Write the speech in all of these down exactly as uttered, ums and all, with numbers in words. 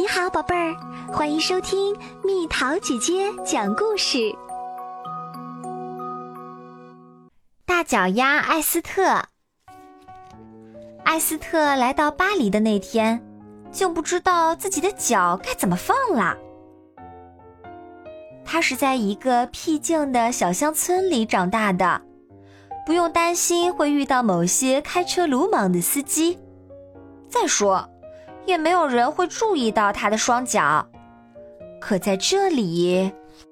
你好，宝贝儿，欢迎收听蜜桃姐姐讲故事。 大脚丫艾斯特。艾斯特来到巴黎的那天，竟不知道自己的脚该怎么放了。他是在一个僻静的小乡村里长大的，不用担心会遇到某些开车鲁莽的司机。再说，也没有人会注意到他的双脚。可在这里，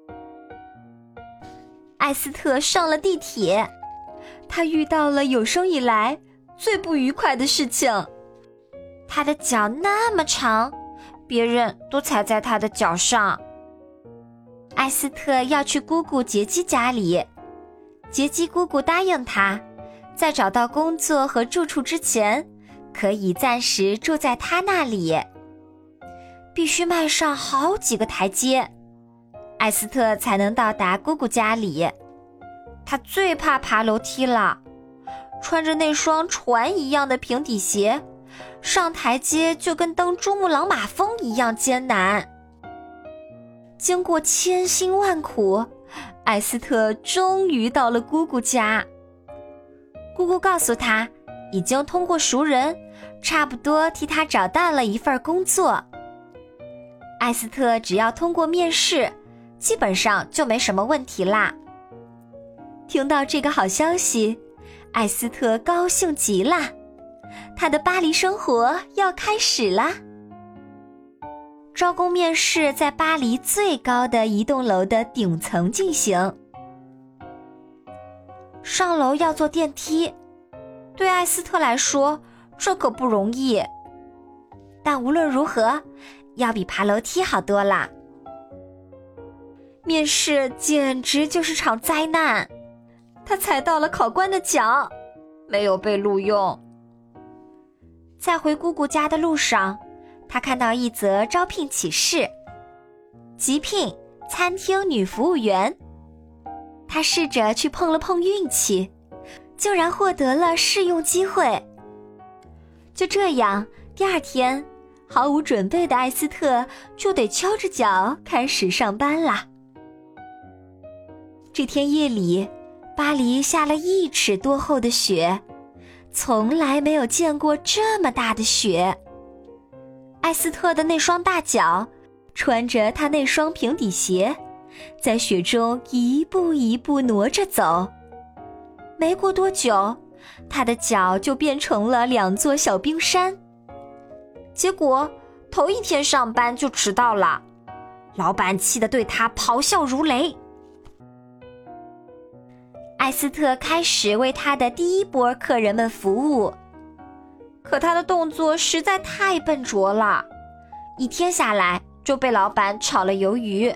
艾斯特上了地铁，他遇到了有生以来最不愉快的事情。他的脚那么长，别人都踩在他的脚上。艾斯特要去姑姑杰基家里，杰基姑姑答应他，在找到工作和住处之前，可以暂时住在他那里。必须迈上好几个台阶，艾斯特才能到达姑姑家里。他最怕爬楼梯了，穿着那双船一样的平底鞋，上台阶就跟登珠穆朗玛峰一样艰难。经过千辛万苦，艾斯特终于到了姑姑家。姑姑告诉他，已经通过熟人，差不多替他找到了一份工作。艾斯特只要通过面试，基本上就没什么问题啦。听到这个好消息，艾斯特高兴极了，他的巴黎生活要开始啦。招工面试在巴黎最高的一栋楼的顶层进行。上楼要坐电梯，对艾斯特来说，这可不容易。但无论如何，要比爬楼梯好多啦。面试简直就是场灾难，他踩到了考官的脚，没有被录用。在回姑姑家的路上，他看到一则招聘启事，急聘餐厅女服务员。他试着去碰了碰运气，竟然获得了试用机会。就这样，第二天，毫无准备的艾斯特就得敲着脚开始上班啦。这天夜里，巴黎下了一尺多厚的雪，从来没有见过这么大的雪。艾斯特的那双大脚，穿着他那双平底鞋，在雪中一步一步挪着走。没过多久，他的脚就变成了两座小冰山。结果头一天上班就迟到了，老板气得对他咆哮如雷。艾斯特开始为他的第一波客人们服务，可他的动作实在太笨拙了，一天下来就被老板炒了鱿鱼。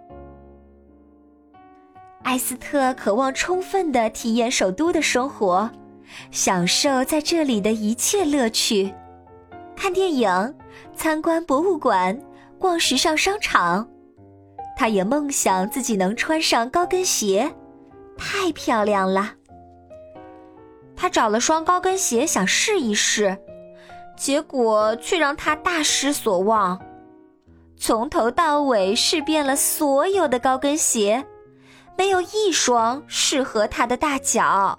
艾斯特渴望充分地体验首都的生活，享受在这里的一切乐趣，看电影，参观博物馆，逛时尚商场。他也梦想自己能穿上高跟鞋，太漂亮了。他找了双高跟鞋想试一试，结果却让他大失所望。从头到尾试遍了所有的高跟鞋，没有一双适合他的大脚。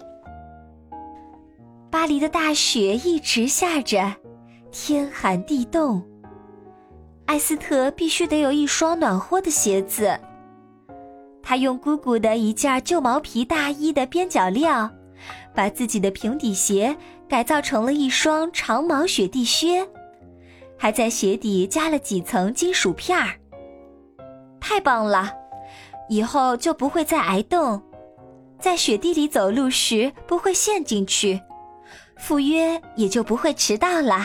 巴黎的大雪一直下着，天寒地冻。艾斯特必须得有一双暖和的鞋子。他用姑姑的一件旧毛皮大衣的边角料，把自己的平底鞋改造成了一双长毛雪地靴，还在鞋底加了几层金属片儿。太棒了，以后就不会再挨冻，在雪地里走路时不会陷进去，赴约也就不会迟到了。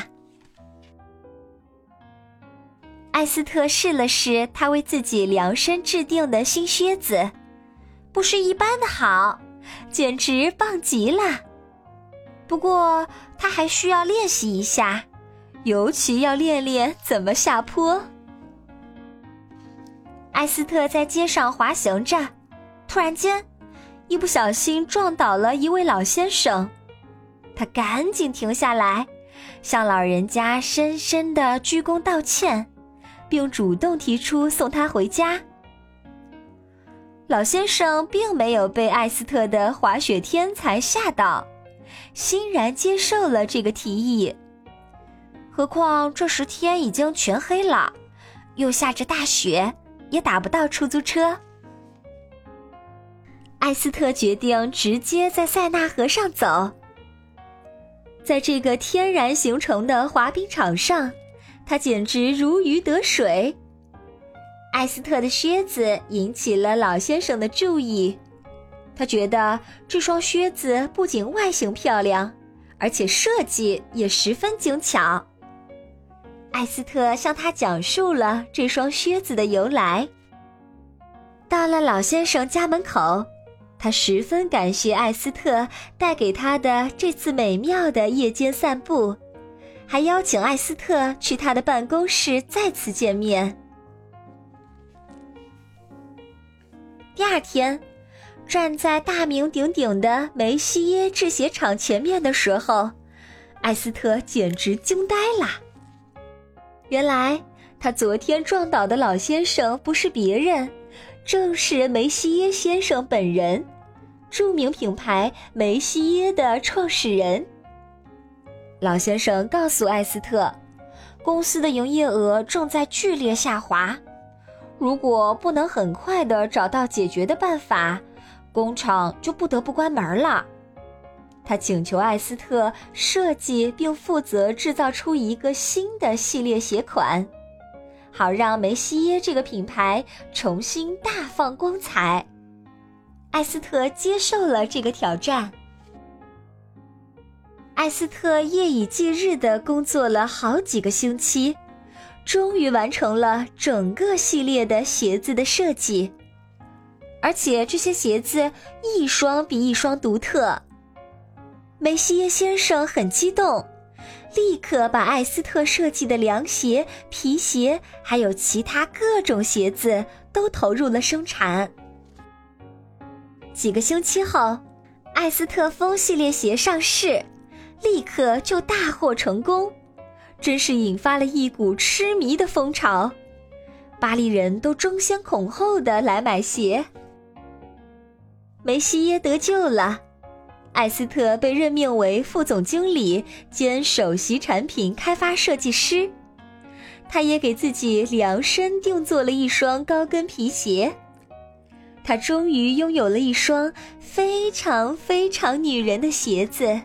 艾斯特试了试他为自己量身制定的新靴子，不是一般的好，简直棒极了。不过他还需要练习一下，尤其要练练怎么下坡。艾斯特在街上滑行着，突然间一不小心撞倒了一位老先生，他赶紧停下来，向老人家深深地鞠躬道歉。 并主动提出送她回家。老先生并没有被艾斯特的滑雪天才吓到，欣然接受了这个提议。何况这时天已经全黑了，又下着大雪，也打不到出租车。艾斯特决定直接在塞纳河上走。在这个天然形成的滑冰场上，他简直如鱼得水。艾斯特的靴子引起了老先生的注意，他觉得这双靴子不仅外形漂亮，而且设计也十分精巧。艾斯特向他讲述了这双靴子的由来。到了老先生家门口，他十分感谢艾斯特带给他的这次美妙的夜间散步，还邀请艾斯特去他的办公室再次见面。第二天，站在大名鼎鼎的梅西耶制鞋厂前面的时候，艾斯特简直惊呆了。原来他昨天撞倒的老先生不是别人，正是梅西耶先生本人，著名品牌梅西耶的创始人。老先生告诉艾斯特，公司的营业额正在剧烈下滑，如果不能很快地找到解决的办法，工厂就不得不关门了。他请求艾斯特设计并负责制造出一个新的系列鞋款，好让梅西耶这个品牌重新大放光彩。艾斯特接受了这个挑战。艾斯特夜以继日地工作了好几个星期，终于完成了整个系列的鞋子的设计，而且这些鞋子一双比一双独特。梅西耶先生很激动，立刻把艾斯特设计的凉鞋、皮鞋还有其他各种鞋子都投入了生产。几个星期后，艾斯特风系列鞋上市，立刻就大获成功，真是引发了一股痴迷的风潮，巴黎人都争先恐后的来买鞋。梅西耶得救了，艾斯特被任命为副总经理兼首席产品开发设计师，他也给自己量身定做了一双高跟皮鞋。他终于拥有了一双非常非常女人的鞋子。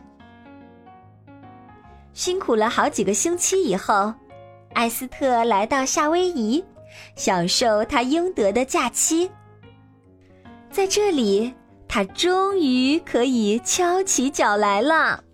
辛苦了好几个星期以后，艾斯特来到夏威夷，享受他应得的假期。在这里，他终于可以翘起脚来了。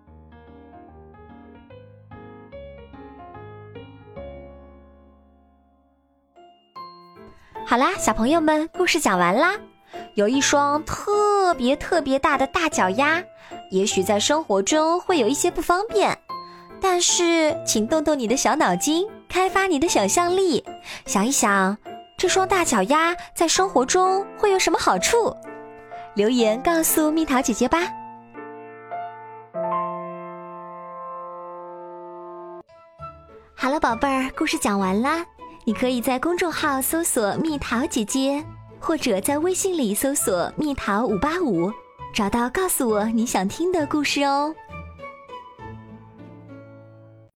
好啦，小朋友们，故事讲完啦。有一双特别特别大的大脚丫，也许在生活中会有一些不方便，但是请动动你的小脑筋，开发你的想象力，想一想这双大脚丫在生活中会有什么好处？留言告诉蜜桃姐姐吧。 好了，宝贝儿，故事讲完啦。你可以在公众号搜索蜜桃姐姐，或者在微信里搜索蜜桃五八五，找到告诉我你想听的故事哦。